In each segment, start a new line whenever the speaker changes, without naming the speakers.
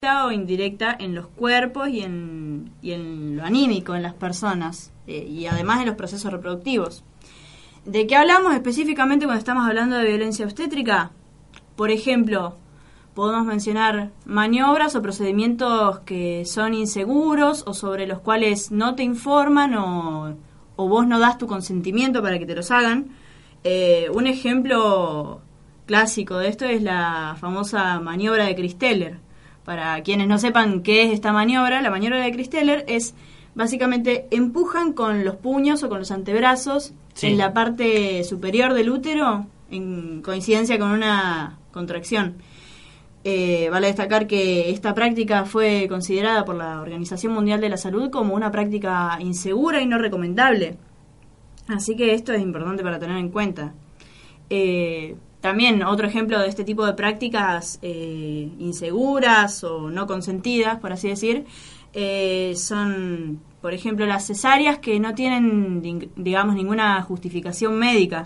o indirecta en los cuerpos y en lo anímico en las personas, y además en los procesos reproductivos. ¿De qué hablamos específicamente cuando estamos hablando de violencia obstétrica? Por ejemplo, podemos mencionar maniobras o procedimientos que son inseguros o sobre los cuales no te informan o vos no das tu consentimiento para que te los hagan. Un ejemplo clásico de esto es la famosa maniobra de Christeller. Para quienes no sepan qué es esta maniobra, la maniobra de Christeller es básicamente empujan con los puños o con los antebrazos en la parte superior del útero en coincidencia con una contracción. Vale destacar que esta práctica fue considerada por la Organización Mundial de la Salud como una práctica insegura y no recomendable. Así que esto es importante para tener en cuenta. También otro ejemplo de este tipo de prácticas inseguras o no consentidas, por así decir, son, por ejemplo, las cesáreas que no tienen, digamos, ninguna justificación médica.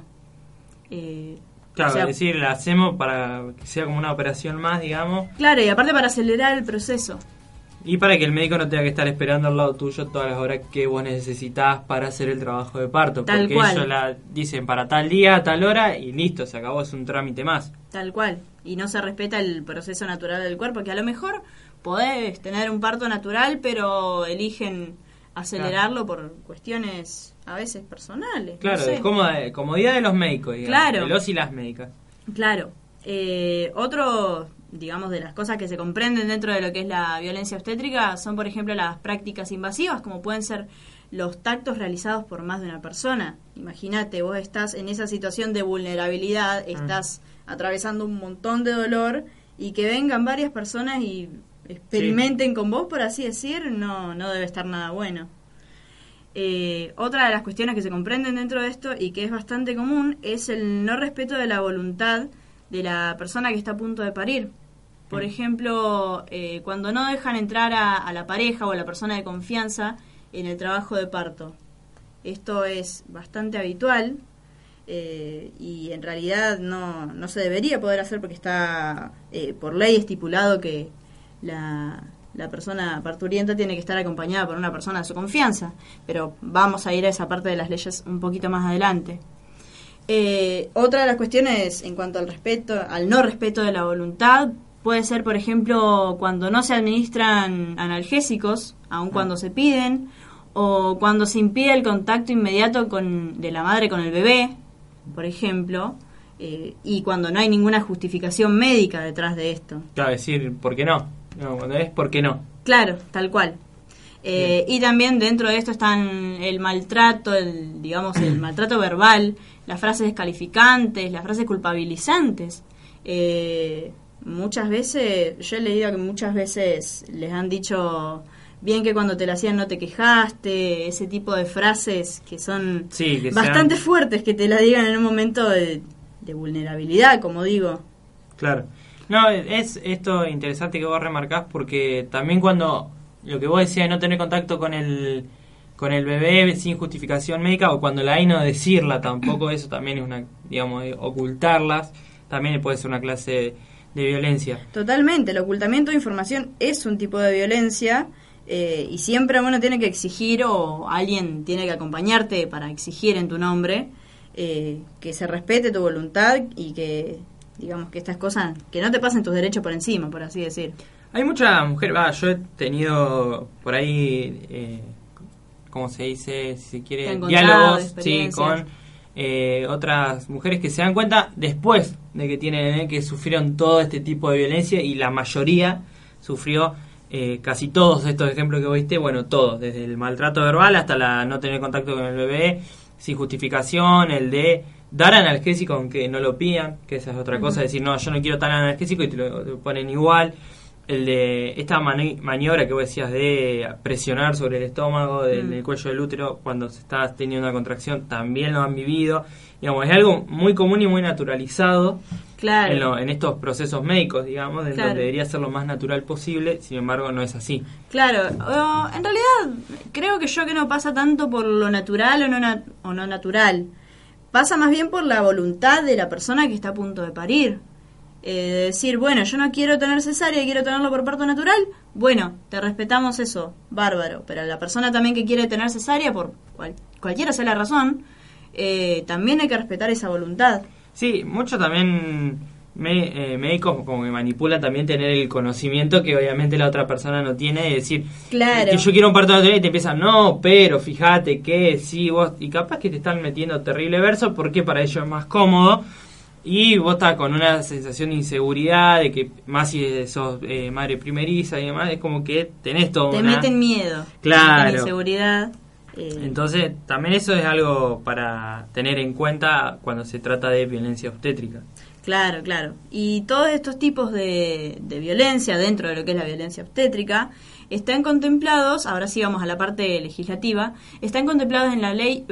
Claro, es decir, la hacemos para que sea como una operación más, digamos.
Claro, y aparte para acelerar el proceso.
Y para que el médico no tenga que estar esperando al lado tuyo todas las horas que vos necesitas para hacer el trabajo de parto. Porque ellos la dicen para tal día, tal hora y listo, se acabó, es un trámite más.
Tal cual. Y no se respeta el proceso natural del cuerpo, que a lo mejor podés tener un parto natural, pero eligen acelerarlo por cuestiones a veces personales.
Claro,
no sé.
Es comodidad de los médicos, digamos.
Claro.
De los y las médicas.
Claro. Otro, digamos, de las cosas que se comprenden dentro de lo que es la violencia obstétrica son, por ejemplo, las prácticas invasivas, como pueden ser los tactos realizados por más de una persona. Imagínate, vos estás en esa situación de vulnerabilidad, estás atravesando un montón de dolor y que vengan varias personas y experimenten con vos, por así decir, no debe estar nada bueno. Otra de las cuestiones que se comprenden dentro de esto y que es bastante común es el no respeto de la voluntad de la persona que está a punto de parir. Por ejemplo, cuando no dejan entrar a la pareja o a la persona de confianza en el trabajo de parto. Esto es bastante habitual y en realidad no se debería poder hacer porque está por ley estipulado que la persona parturienta tiene que estar acompañada por una persona de su confianza, pero vamos a ir a esa parte de las leyes un poquito más adelante. Otra de las cuestiones en cuanto al no respeto de la voluntad puede ser, por ejemplo, cuando no se administran analgésicos, aun cuando se piden, o cuando se impide el contacto inmediato de la madre con el bebé, por ejemplo, y cuando no hay ninguna justificación médica detrás de esto.
Claro, decir, ¿por qué no? No, cuando es, ¿por qué no?
Claro, tal cual. Y también dentro de esto están el maltrato, el maltrato verbal, las frases descalificantes, las frases culpabilizantes. Muchas veces, yo he leído que muchas veces les han dicho, bien que cuando te la hacían no te quejaste, ese tipo de frases que son bastante fuertes, que te la digan en un momento de vulnerabilidad, como digo.
Claro. No, es esto interesante que vos remarcás porque también cuando lo que vos decías de no tener contacto con el bebé sin justificación médica o cuando la hay no decirla tampoco, eso también es una, digamos, ocultarlas, también puede ser una clase de violencia.
Totalmente, el ocultamiento de información es un tipo de violencia y siempre uno tiene que exigir o alguien tiene que acompañarte para exigir en tu nombre que se respete tu voluntad y que, digamos, que estas cosas, que no te pasen tus derechos por encima, por así decir.
Hay muchas mujeres, yo he tenido por ahí, ¿cómo se dice? Si se quiere, diálogos con otras mujeres que se dan cuenta después de que tienen que sufrieron todo este tipo de violencia y la mayoría sufrió casi todos estos ejemplos que vos viste, bueno, todos, desde el maltrato verbal hasta la no tener contacto con el bebé sin justificación, el de dar analgésico aunque no lo pidan, que esa es otra cosa, decir, no, yo no quiero tal analgésico y te lo ponen igual. El de esta maniobra que vos decías de presionar sobre el estómago, del cuello del útero cuando se está teniendo una contracción, también lo han vivido. Digamos, es algo muy común y muy naturalizado en estos procesos médicos, digamos, donde debería ser lo más natural posible, sin embargo no es así. Claro,
en realidad creo que no pasa tanto por lo natural o no natural, pasa más bien por la voluntad de la persona que está a punto de parir. decir, bueno, yo no quiero tener cesárea, quiero tenerlo por parto natural, bueno, te respetamos eso, bárbaro, pero la persona también que quiere tener cesárea, por cualquiera sea la razón, también hay que respetar esa voluntad.
Sí, mucho también médicos como que manipulan también tener el conocimiento que obviamente la otra persona no tiene, y decir,
claro,
que yo quiero un parto natural, y te empiezan, no, pero fíjate que sí, vos, y capaz que te están metiendo terrible verso porque para ellos es más cómodo. Y vos estás con una sensación de inseguridad, de que más si sos madre primeriza y demás, es como que tenés todo
te meten miedo,
claro,
te meten inseguridad.
Entonces, también eso es algo para tener en cuenta cuando se trata de violencia obstétrica.
Claro, claro. Y todos estos tipos de violencia dentro de lo que es la violencia obstétrica están contemplados, ahora sí vamos a la parte legislativa, están contemplados en la ley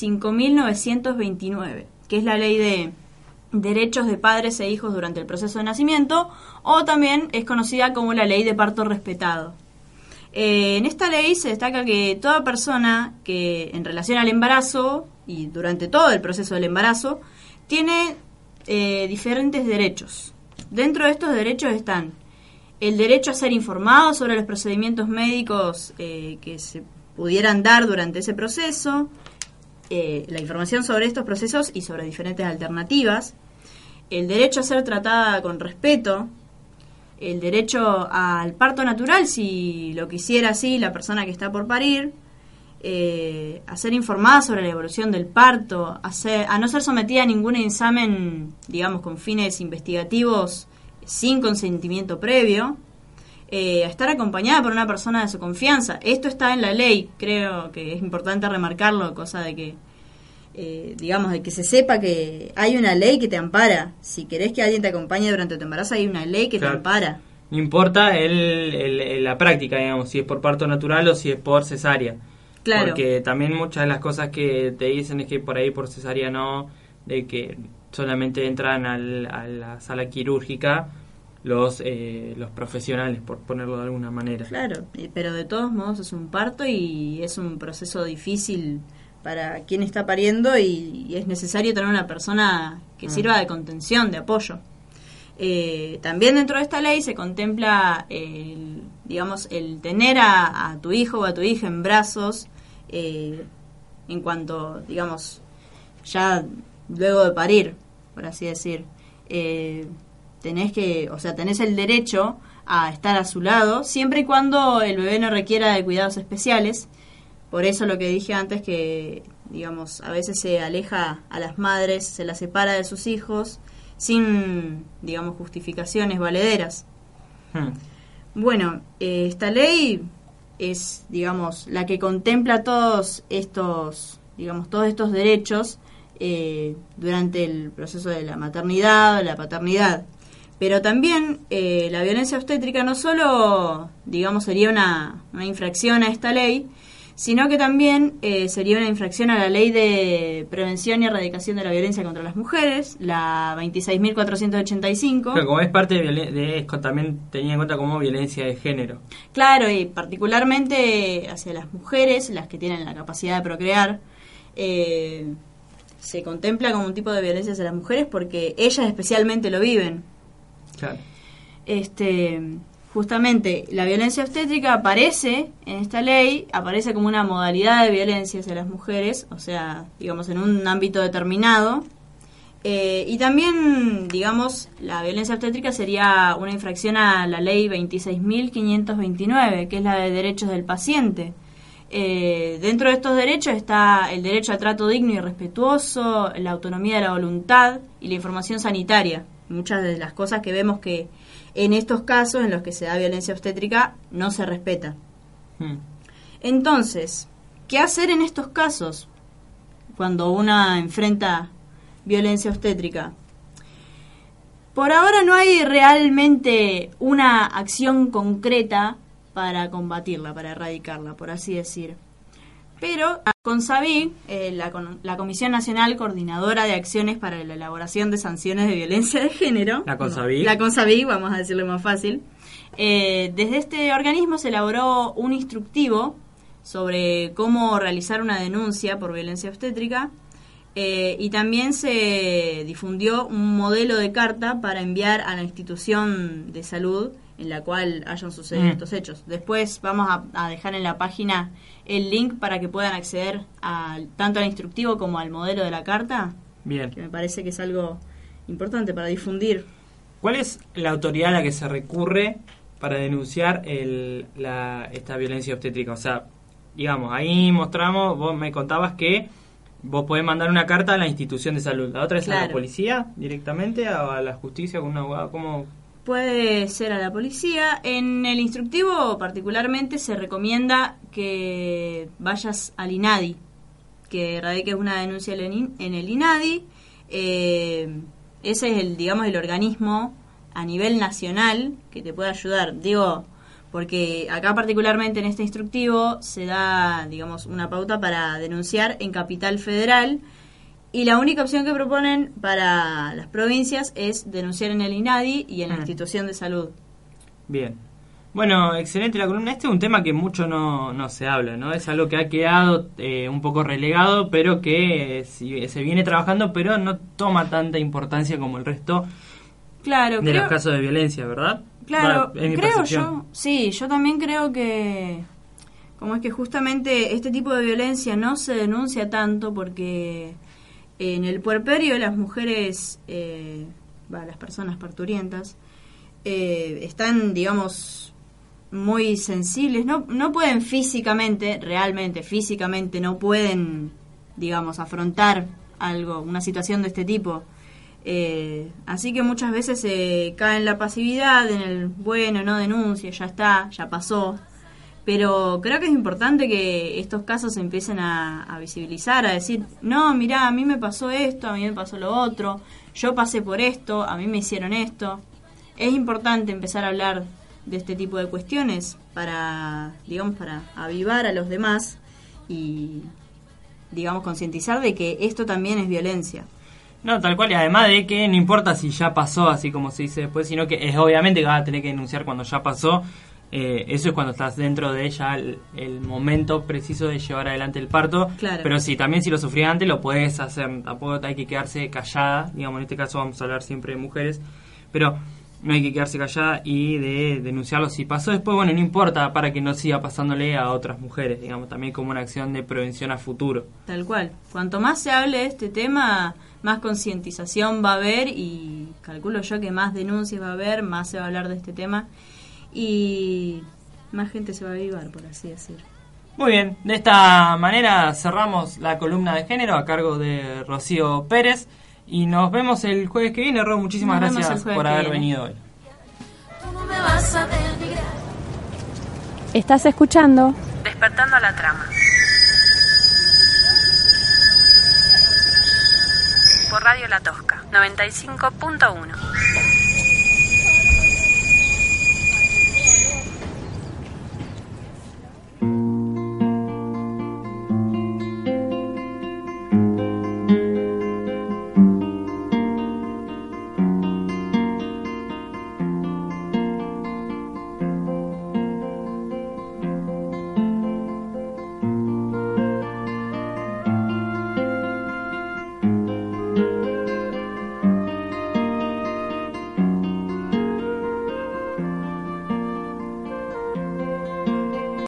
25.929, que es la ley de derechos de padres e hijos durante el proceso de nacimiento, o también es conocida como la ley de parto respetado. En esta ley se destaca que toda persona que en relación al embarazo y durante todo el proceso del embarazo tiene diferentes derechos. Dentro de estos derechos están el derecho a ser informado sobre los procedimientos médicos que se pudieran dar durante ese proceso, la información sobre estos procesos y sobre diferentes alternativas, el derecho a ser tratada con respeto, el derecho al parto natural, si lo quisiera así la persona que está por parir, a ser informada sobre la evolución del parto, a no ser sometida a ningún examen, digamos, con fines investigativos sin consentimiento previo, a estar acompañada por una persona de su confianza. Esto está en la ley, creo que es importante remarcarlo, cosa de que digamos, de que se sepa que hay una ley que te ampara. Si querés que alguien te acompañe durante tu embarazo, hay una ley que te ampara.
No importa la práctica, digamos, si es por parto natural o si es por cesárea.
Claro.
Porque también muchas de las cosas que te dicen es que por ahí por cesárea no, de que solamente entran a la sala quirúrgica los profesionales, por ponerlo de alguna manera.
Claro, pero de todos modos es un parto y es un proceso difícil para quien está pariendo y es necesario tener una persona que sirva de contención, de apoyo. También dentro de esta ley se contempla el tener a tu hijo o a tu hija en brazos en cuanto, digamos, ya luego de parir, por así decir. Tenés el derecho a estar a su lado siempre y cuando el bebé no requiera de cuidados especiales. Por eso lo que dije antes, que digamos a veces se aleja a las madres, se las separa de sus hijos sin, digamos, justificaciones valederas. Bueno, esta ley es, digamos, la que contempla todos estos derechos durante el proceso de la maternidad o la paternidad. Pero también la violencia obstétrica no solo, digamos, sería una infracción a esta ley, sino que también sería una infracción a la Ley de Prevención y Erradicación de la Violencia contra las Mujeres, la 26.485.
Pero como es parte también tenía en cuenta como violencia de género.
Claro, y particularmente hacia las mujeres, las que tienen la capacidad de procrear, se contempla como un tipo de violencia hacia las mujeres porque ellas especialmente lo viven.
Claro.
Justamente la violencia obstétrica aparece en esta ley, aparece como una modalidad de violencia hacia las mujeres, o sea, digamos, en un ámbito determinado. Y también, digamos, la violencia obstétrica sería una infracción a la ley 26.529, que es la de derechos del paciente. Dentro de estos derechos está el derecho al trato digno y respetuoso, la autonomía de la voluntad y la información sanitaria. Muchas de las cosas que vemos que en estos casos en los que se da violencia obstétrica no se respeta. Entonces, ¿qué hacer en estos casos cuando una enfrenta violencia obstétrica? Por ahora no hay realmente una acción concreta para combatirla, para erradicarla, por así decir. Pero la CONSAVIG, la Comisión Nacional Coordinadora de Acciones para la Elaboración de Sanciones de Violencia de Género, la CONSAVIG, vamos a decirlo más fácil, desde este organismo se elaboró un instructivo sobre cómo realizar una denuncia por violencia obstétrica, Y también se difundió un modelo de carta para enviar a la institución de salud en la cual hayan sucedido estos hechos. Después vamos a dejar en la página el link para que puedan acceder tanto al instructivo como al modelo de la carta.
Bien.
Que me parece que es algo importante para difundir.
¿Cuál es la autoridad a la que se recurre para denunciar esta violencia obstétrica? O sea, digamos, ahí mostramos, vos me contabas que vos podés mandar una carta a la institución de salud. ¿La otra es a la policía directamente o a la justicia con un abogado? ¿Cómo?
Puede ser a la policía. En el instructivo particularmente se recomienda que vayas al INADI, que radiques una denuncia en el INADI. Ese es el organismo a nivel nacional que te puede ayudar. Digo, porque acá particularmente en este instructivo se da, una pauta para denunciar en Capital Federal, y la única opción que proponen para las provincias es denunciar en el INADI y en la institución de salud.
Bien. Bueno, excelente la columna. Este es un tema que mucho no se habla, ¿no? Es algo que ha quedado un poco relegado, pero que se viene trabajando, pero no toma tanta importancia como el resto de los casos de violencia, ¿verdad?
Claro, creo yo. Sí, yo también creo que como es que justamente este tipo de violencia no se denuncia tanto porque en el puerperio las mujeres, las personas parturientas, están, muy sensibles, no pueden realmente físicamente no pueden, afrontar una situación de este tipo. Así que muchas veces se cae en la pasividad, en el no denuncie, ya está, ya pasó. Pero creo que es importante que estos casos se empiecen a visibilizar, a decir, no, mirá, a mí me pasó esto, a mí me pasó lo otro, yo pasé por esto, a mí me hicieron esto. Es importante empezar a hablar de este tipo de cuestiones para avivar a los demás y, concientizar de que esto también es violencia.
No, tal cual, y además de que no importa si ya pasó, así como se dice después, sino que es obviamente que vas a tener que denunciar cuando ya pasó. Eso es cuando estás dentro de ya el momento preciso de llevar adelante el parto.
Claro.
Pero sí, también si lo sufrías antes lo podés hacer, tampoco hay que quedarse callada, en este caso vamos a hablar siempre de mujeres, pero no hay que quedarse callada y de denunciarlo si pasó después, no importa, para que no siga pasándole a otras mujeres, también como una acción de prevención a futuro.
Tal cual, cuanto más se hable de este tema, más concientización va a haber y calculo yo que más denuncias va a haber, más se va a hablar de este tema y más gente se va a avivar, por así decirlo.
Muy bien, de esta manera cerramos la columna de género a cargo de Rocío Pérez y nos vemos el jueves que viene. Ro, muchísimas gracias por haber venido hoy.
Estás escuchando
Despertando a la Trama por Radio La Tosca 95.1.